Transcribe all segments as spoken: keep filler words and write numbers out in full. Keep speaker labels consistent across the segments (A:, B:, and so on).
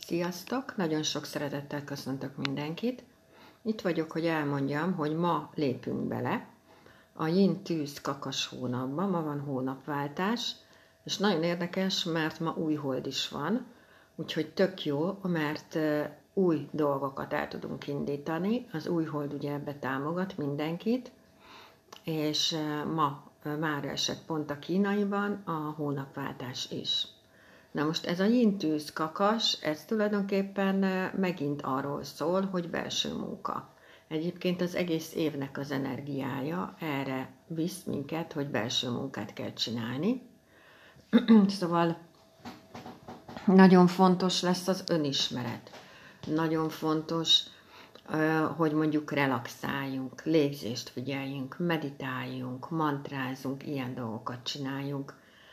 A: Sziasztok! Nagyon sok szeretettel köszöntök mindenkit. Itt vagyok, hogy elmondjam, hogy ma lépünk bele a Yin Tűz Kakas hónapba. Ma van hónapváltás, és nagyon érdekes, mert ma új hold is van, úgyhogy tök jó, mert új dolgokat el tudunk indítani. Az új hold ugye ebbe támogat mindenkit, és ma már esett pont a kínaiban a hónapváltás is. Na most ez a Yin Tűz Kakas, ez tulajdonképpen megint arról szól, hogy belső munka. Egyébként az egész évnek az energiája erre visz minket, hogy belső munkát kell csinálni. Szóval nagyon fontos lesz az önismeret. Nagyon fontos, hogy mondjuk relaxáljunk, légzést figyeljünk, meditáljunk, mantrázunk, ilyen dolgokat csináljunk.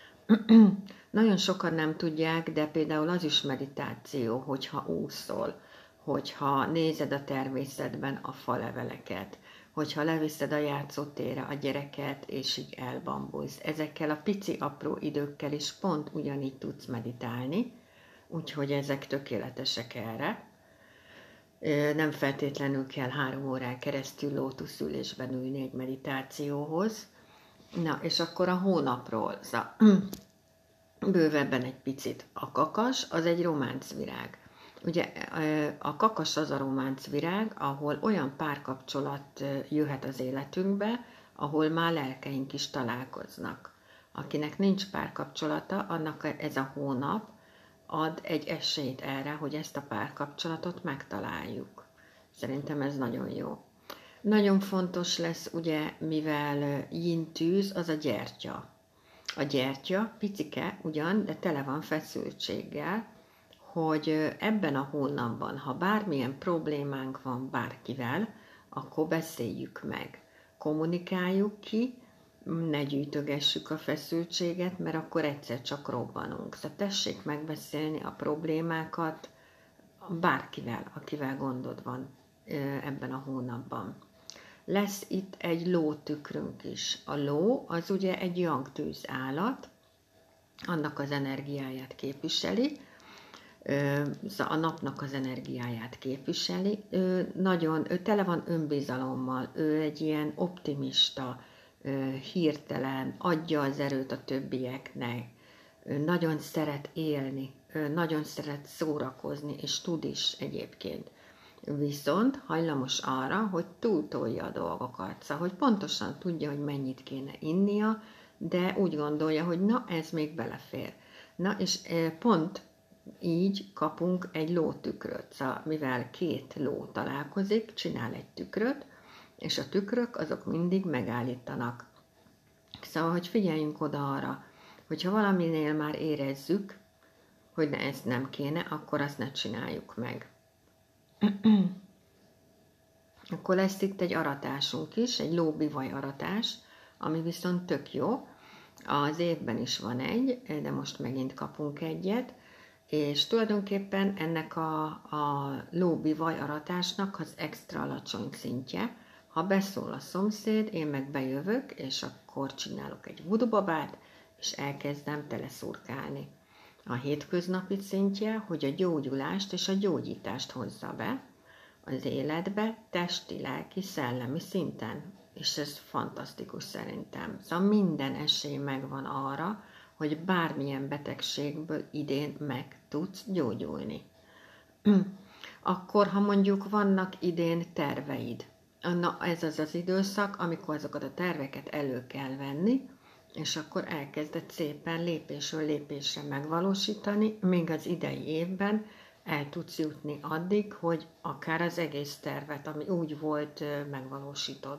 A: Nagyon sokan nem tudják, de például az is meditáció, hogyha úszol, hogyha nézed a természetben a faleveleket, hogyha leviszed a játszótérre a gyereket, és így elbambulsz. Ezekkel a pici apró időkkel is pont ugyanígy tudsz meditálni, úgyhogy ezek tökéletesek erre. Nem feltétlenül kell három órán keresztül lótuszülésben ülni egy meditációhoz. Na, és akkor a hónapról, szóval bővebben egy picit. A kakas az egy románcvirág. Ugye a kakas az a románcvirág, ahol olyan párkapcsolat jöhet az életünkbe, ahol már lelkeink is találkoznak. Akinek nincs párkapcsolata, annak ez a hónap ad egy esélyt erre, hogy ezt a párkapcsolatot megtaláljuk. Szerintem ez nagyon jó. Nagyon fontos lesz, ugye, mivel Yin Tűz, az a gyertya. A gyertya picike ugyan, de tele van feszültséggel, hogy ebben a hónapban, ha bármilyen problémánk van bárkivel, akkor beszéljük meg. Kommunikáljuk ki, ne gyűjtögessük a feszültséget, mert akkor egyszer csak robbanunk. Szóval tessék megbeszélni a problémákat bárkivel, akivel gondod van ebben a hónapban. Lesz itt egy lótükrünk is. A ló az ugye egy yang tűz állat, annak az energiáját képviseli, a napnak az energiáját képviseli. Ő nagyon, ő tele van önbizalommal, ő egy ilyen optimista, hirtelen, adja az erőt a többieknek, ő nagyon szeret élni, ő nagyon szeret szórakozni, és tud is egyébként. Viszont hajlamos arra, hogy túltolja a dolgokat, szóval, hogy pontosan tudja, hogy mennyit kéne innia, de úgy gondolja, hogy na, ez még belefér. Na, és pont így kapunk egy lótükröt, szóval mivel két ló találkozik, csinál egy tükröt, és a tükrök azok mindig megállítanak. Szóval, hogy figyeljünk oda arra, hogyha valaminél már érezzük, hogy ne, ezt nem kéne, akkor azt ne csináljuk meg. Akkor lesz itt egy aratásunk is, egy lóbivaj aratás, ami viszont tök jó. Az évben is van egy, de most megint kapunk egyet, és tulajdonképpen ennek a, a lóbivaj aratásnak az extra alacsony szintje. Ha beszól a szomszéd, én meg bejövök, és akkor csinálok egy vudubabát, és elkezdem teleszurkálni. A hétköznapi szintje, hogy a gyógyulást és a gyógyítást hozza be az életbe, testi, lelki, szellemi szinten. És ez fantasztikus szerintem. Szóval minden esély megvan arra, hogy bármilyen betegségből idén meg tudsz gyógyulni. Akkor, ha mondjuk vannak idén terveid, na ez az az időszak, amikor azokat a terveket elő kell venni, és akkor elkezded szépen lépésről lépésre megvalósítani, még az idei évben el tudsz jutni addig, hogy akár az egész tervet, ami úgy volt, megvalósítod.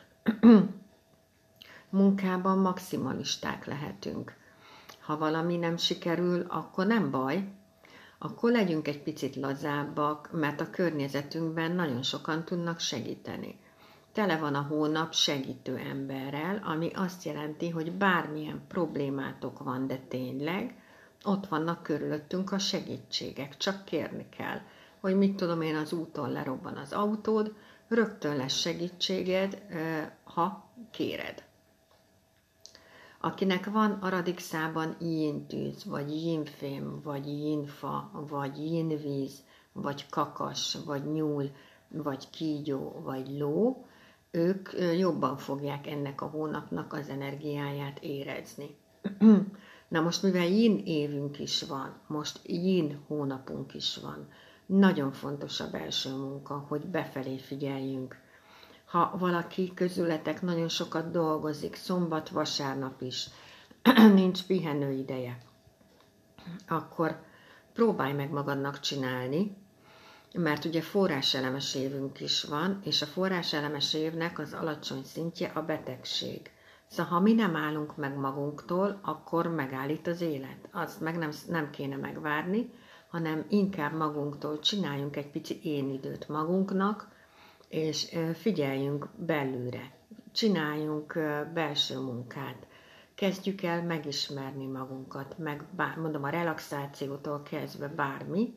A: Munkában maximalisták lehetünk. Ha valami nem sikerül, akkor nem baj, akkor legyünk egy picit lazábbak, mert a környezetünkben nagyon sokan tudnak segíteni. Tele van a hónap segítő emberrel, ami azt jelenti, hogy bármilyen problémátok van, de tényleg, ott vannak körülöttünk a segítségek, csak kérni kell, hogy mit tudom én, az úton lerobban az autód, rögtön lesz segítséged, ha kéred. Akinek van a radixában yin-tűz, vagy yin-fém, vagy yin-fa, vagy yin-víz, vagy kakas, vagy nyúl, vagy kígyó, vagy ló, ők jobban fogják ennek a hónapnak az energiáját érezni. Na most, mivel yin évünk is van, most yin hónapunk is van, nagyon fontos a belső munka, hogy befelé figyeljünk. Ha valaki közületek nagyon sokat dolgozik, szombat, vasárnap is, nincs pihenő ideje, akkor próbálj meg magadnak csinálni, mert ugye forráselemes évünk is van, és a forráselemes évnek az alacsony szintje a betegség. Szóval ha mi nem állunk meg magunktól, akkor megállít az élet. Azt meg nem, nem kéne megvárni, hanem inkább magunktól csináljunk egy pici én időt magunknak, és figyeljünk belülre. Csináljunk belső munkát. Kezdjük el megismerni magunkat, meg bár, mondom a relaxációtól kezdve bármi,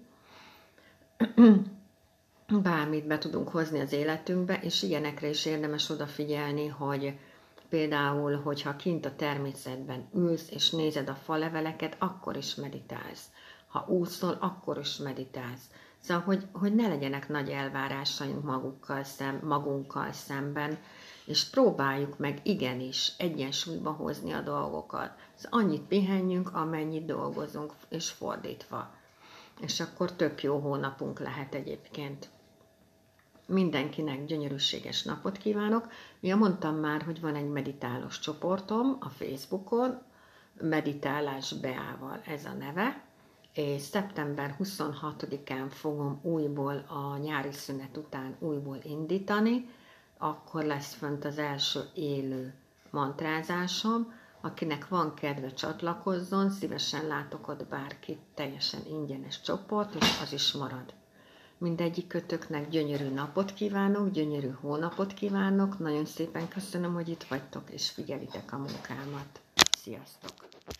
A: bármit be tudunk hozni az életünkbe, és ilyenekre is érdemes odafigyelni, hogy például, hogyha kint a természetben ülsz, és nézed a faleveleket, akkor is meditálsz. Ha úszol, akkor is meditálsz. Szóval, hogy, hogy ne legyenek nagy elvárásaink magukkal szem, magunkkal szemben, és próbáljuk meg igenis egyensúlyba hozni a dolgokat. Szóval annyit pihenjünk, amennyit dolgozunk, és fordítva. És akkor tök jó hónapunk lehet egyébként. Mindenkinek gyönyörűséges napot kívánok. Ja, mondtam már, hogy van egy meditálós csoportom a Facebookon, Meditálás Beával ez a neve, és szeptember huszonhatodikán fogom újból a nyári szünet után újból indítani, akkor lesz fönt az első élő mantrázásom. Akinek van kedve, csatlakozzon, szívesen látok ott bárkit, teljesen ingyenes csoport, és az is marad. Mindegyik kötöknek gyönyörű napot kívánok, gyönyörű hónapot kívánok, nagyon szépen köszönöm, hogy itt vagytok, és figyelitek a munkámat. Sziasztok!